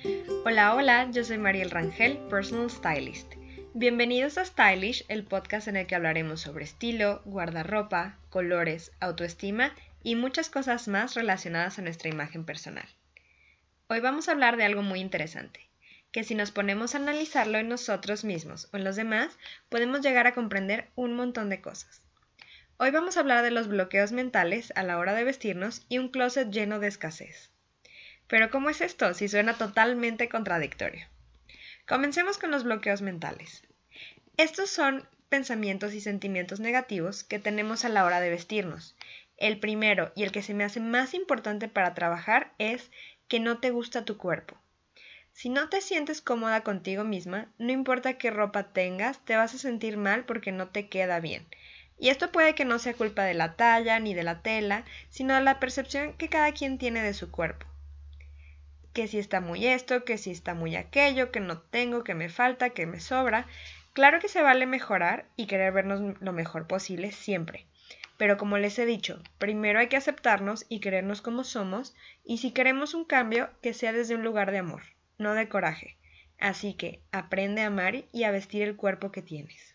Hola, hola, yo soy Mariel Rangel, Personal Stylist. Bienvenidos a Stylish, el podcast en el que hablaremos sobre estilo, guardarropa, colores, autoestima y muchas cosas más relacionadas a nuestra imagen personal. Hoy vamos a hablar de algo muy interesante, que si nos ponemos a analizarlo en nosotros mismos o en los demás, podemos llegar a comprender un montón de cosas. Hoy vamos a hablar de los bloqueos mentales a la hora de vestirnos y un closet lleno de escasez. Pero ¿cómo es esto? Si suena totalmente contradictorio. Comencemos con los bloqueos mentales. Estos son pensamientos y sentimientos negativos que tenemos a la hora de vestirnos. El primero y el que se me hace más importante para trabajar es que no te gusta tu cuerpo. Si no te sientes cómoda contigo misma, no importa qué ropa tengas, te vas a sentir mal porque no te queda bien. Y esto puede que no sea culpa de la talla ni de la tela, sino de la percepción que cada quien tiene de su cuerpo. Que si está muy esto, que si está muy aquello, que no tengo, que me falta, que me sobra. Claro que se vale mejorar y querer vernos lo mejor posible siempre. Pero como les he dicho, primero hay que aceptarnos y querernos como somos, y si queremos un cambio, que sea desde un lugar de amor, no de coraje. Así que aprende a amar y a vestir el cuerpo que tienes.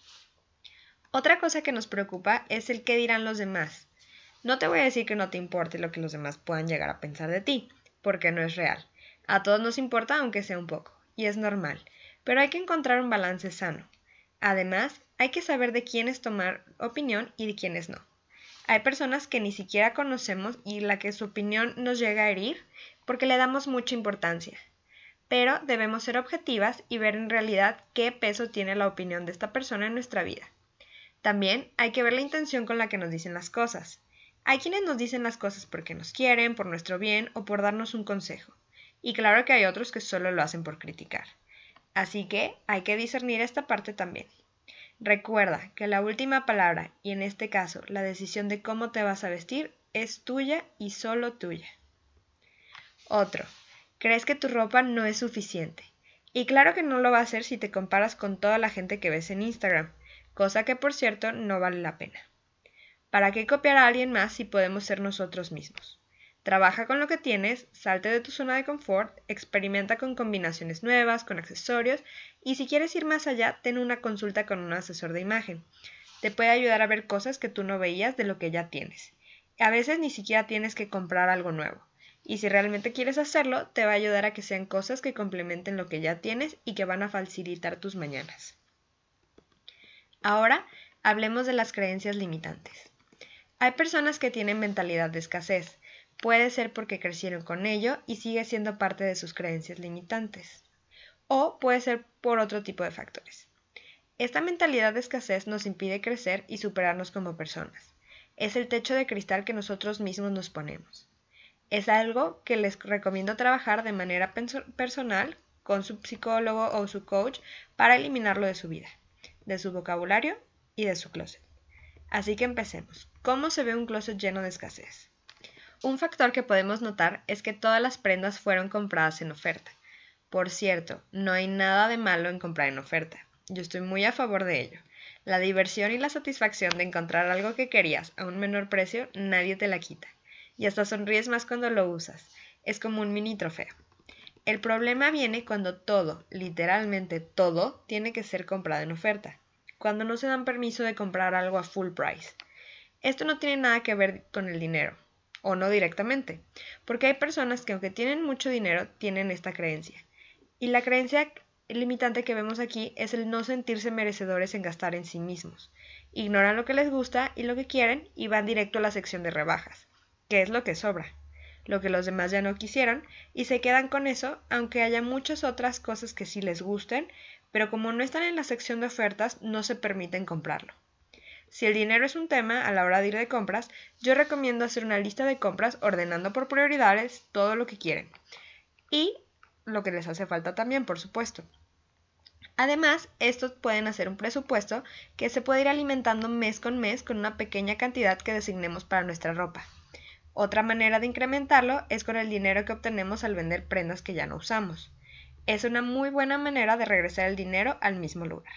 Otra cosa que nos preocupa es el qué dirán los demás. No te voy a decir que no te importe lo que los demás puedan llegar a pensar de ti, porque no es real. A todos nos importa aunque sea un poco, y es normal, pero hay que encontrar un balance sano. Además, hay que saber de quiénes tomar opinión y de quiénes no. Hay personas que ni siquiera conocemos y la que su opinión nos llega a herir porque le damos mucha importancia. Pero debemos ser objetivas y ver en realidad qué peso tiene la opinión de esta persona en nuestra vida. También hay que ver la intención con la que nos dicen las cosas. Hay quienes nos dicen las cosas porque nos quieren, por nuestro bien o por darnos un consejo. Y claro que hay otros que solo lo hacen por criticar. Así que hay que discernir esta parte también. Recuerda que la última palabra, y en este caso la decisión de cómo te vas a vestir, es tuya y solo tuya. Otro. ¿Crees que tu ropa no es suficiente? Y claro que no lo va a hacer si te comparas con toda la gente que ves en Instagram, cosa que por cierto no vale la pena. ¿Para qué copiar a alguien más si podemos ser nosotros mismos? Trabaja con lo que tienes, salte de tu zona de confort, experimenta con combinaciones nuevas, con accesorios y si quieres ir más allá, ten una consulta con un asesor de imagen. Te puede ayudar a ver cosas que tú no veías de lo que ya tienes. A veces ni siquiera tienes que comprar algo nuevo. Y si realmente quieres hacerlo, te va a ayudar a que sean cosas que complementen lo que ya tienes y que van a facilitar tus mañanas. Ahora, hablemos de las creencias limitantes. Hay personas que tienen mentalidad de escasez. Puede ser porque crecieron con ello y sigue siendo parte de sus creencias limitantes. O puede ser por otro tipo de factores. Esta mentalidad de escasez nos impide crecer y superarnos como personas. Es el techo de cristal que nosotros mismos nos ponemos. Es algo que les recomiendo trabajar de manera personal con su psicólogo o su coach para eliminarlo de su vida, de su vocabulario y de su closet. Así que empecemos. ¿Cómo se ve un closet lleno de escasez? Un factor que podemos notar es que todas las prendas fueron compradas en oferta. Por cierto, no hay nada de malo en comprar en oferta. Yo estoy muy a favor de ello. La diversión y la satisfacción de encontrar algo que querías a un menor precio, nadie te la quita. Y hasta sonríes más cuando lo usas. Es como un mini trofeo. El problema viene cuando todo, literalmente todo, tiene que ser comprado en oferta. Cuando no se dan permiso de comprar algo a full price. Esto no tiene nada que ver con el dinero, o no directamente, porque hay personas que aunque tienen mucho dinero, tienen esta creencia. Y la creencia limitante que vemos aquí es el no sentirse merecedores en gastar en sí mismos. Ignoran lo que les gusta y lo que quieren y van directo a la sección de rebajas, que es lo que sobra, lo que los demás ya no quisieron, y se quedan con eso, aunque haya muchas otras cosas que sí les gusten, pero como no están en la sección de ofertas, no se permiten comprarlo. Si el dinero es un tema a la hora de ir de compras, yo recomiendo hacer una lista de compras ordenando por prioridades todo lo que quieren. Y lo que les hace falta también, por supuesto. Además, estos pueden hacer un presupuesto que se puede ir alimentando mes con una pequeña cantidad que designemos para nuestra ropa. Otra manera de incrementarlo es con el dinero que obtenemos al vender prendas que ya no usamos. Es una muy buena manera de regresar el dinero al mismo lugar.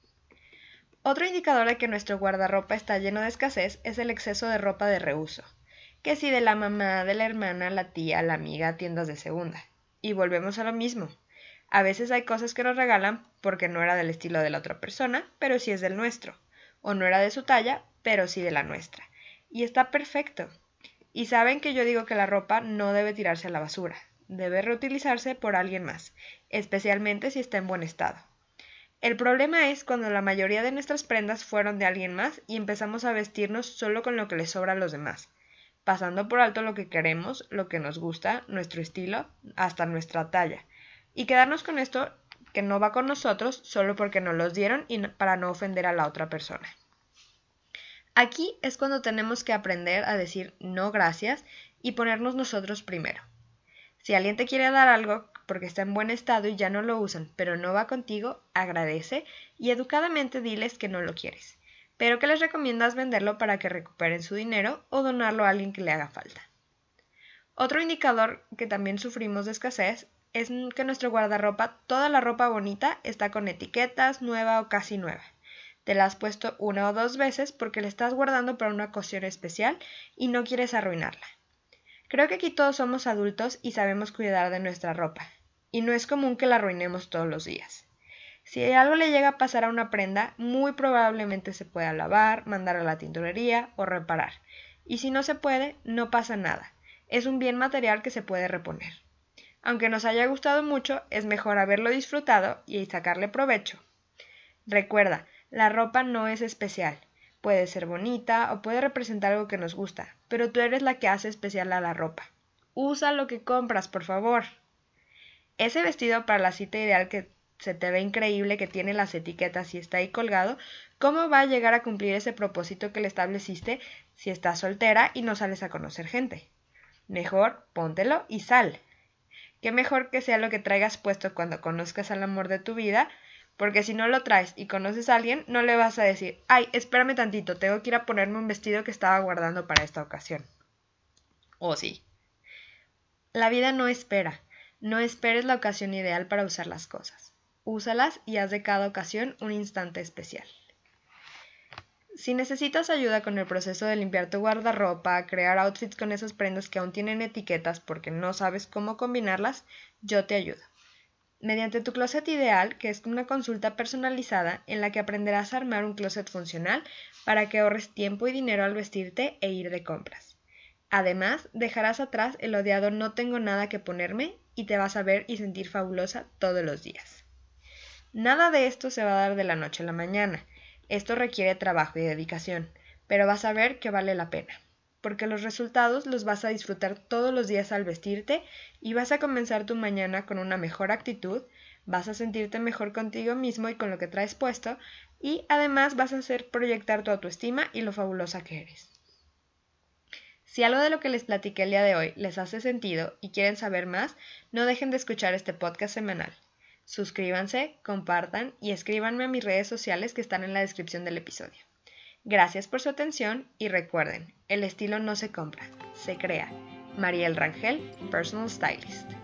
Otro indicador de que nuestro guardarropa está lleno de escasez es el exceso de ropa de reuso, que si de la mamá, de la hermana, la tía, la amiga, tiendas de segunda. Y volvemos a lo mismo. A veces hay cosas que nos regalan porque no era del estilo de la otra persona, pero sí es del nuestro. O no era de su talla, pero sí de la nuestra. Y está perfecto. Y saben que yo digo que la ropa no debe tirarse a la basura. Debe reutilizarse por alguien más, especialmente si está en buen estado. El problema es cuando la mayoría de nuestras prendas fueron de alguien más y empezamos a vestirnos solo con lo que les sobra a los demás, pasando por alto lo que queremos, lo que nos gusta, nuestro estilo, hasta nuestra talla, y quedarnos con esto que no va con nosotros solo porque nos los dieron y para no ofender a la otra persona. Aquí es cuando tenemos que aprender a decir no gracias y ponernos nosotros primero. Si alguien te quiere dar algo porque está en buen estado y ya no lo usan, pero no va contigo, agradece y educadamente diles que no lo quieres, pero que les recomiendas venderlo para que recuperen su dinero o donarlo a alguien que le haga falta. Otro indicador que también sufrimos de escasez es que nuestro guardarropa, toda la ropa bonita, está con etiquetas, nueva o casi nueva. Te la has puesto 1 o 2 veces porque la estás guardando para una ocasión especial y no quieres arruinarla. Creo que aquí todos somos adultos y sabemos cuidar de nuestra ropa, y no es común que la arruinemos todos los días. Si algo le llega a pasar a una prenda, muy probablemente se pueda lavar, mandar a la tintorería o reparar. Y si no se puede, no pasa nada. Es un bien material que se puede reponer. Aunque nos haya gustado mucho, es mejor haberlo disfrutado y sacarle provecho. Recuerda, la ropa no es especial. Puede ser bonita o puede representar algo que nos gusta, pero tú eres la que hace especial a la ropa. Usa lo que compras, por favor. Ese vestido para la cita ideal que se te ve increíble, que tiene las etiquetas y está ahí colgado, ¿cómo va a llegar a cumplir ese propósito que le estableciste si estás soltera y no sales a conocer gente? Mejor póntelo y sal. Qué mejor que sea lo que traigas puesto cuando conozcas al amor de tu vida, porque si no lo traes y conoces a alguien, no le vas a decir, ay, espérame tantito, tengo que ir a ponerme un vestido que estaba guardando para esta ocasión. ¿O sí? La vida no espera. No esperes la ocasión ideal para usar las cosas. Úsalas y haz de cada ocasión un instante especial. Si necesitas ayuda con el proceso de limpiar tu guardarropa, crear outfits con esas prendas que aún tienen etiquetas porque no sabes cómo combinarlas, yo te ayudo. Mediante tu closet ideal, que es una consulta personalizada en la que aprenderás a armar un closet funcional para que ahorres tiempo y dinero al vestirte e ir de compras. Además, dejarás atrás el odiado no tengo nada que ponerme y te vas a ver y sentir fabulosa todos los días. Nada de esto se va a dar de la noche a la mañana. Esto requiere trabajo y dedicación, pero vas a ver que vale la pena, porque los resultados los vas a disfrutar todos los días al vestirte y vas a comenzar tu mañana con una mejor actitud, vas a sentirte mejor contigo mismo y con lo que traes puesto y además vas a hacer proyectar tu autoestima y lo fabulosa que eres. Si algo de lo que les platiqué el día de hoy les hace sentido y quieren saber más, no dejen de escuchar este podcast semanal. Suscríbanse, compartan y escríbanme a mis redes sociales que están en la descripción del episodio. Gracias por su atención y recuerden, el estilo no se compra, se crea. Mariel Rangel, Personal Stylist.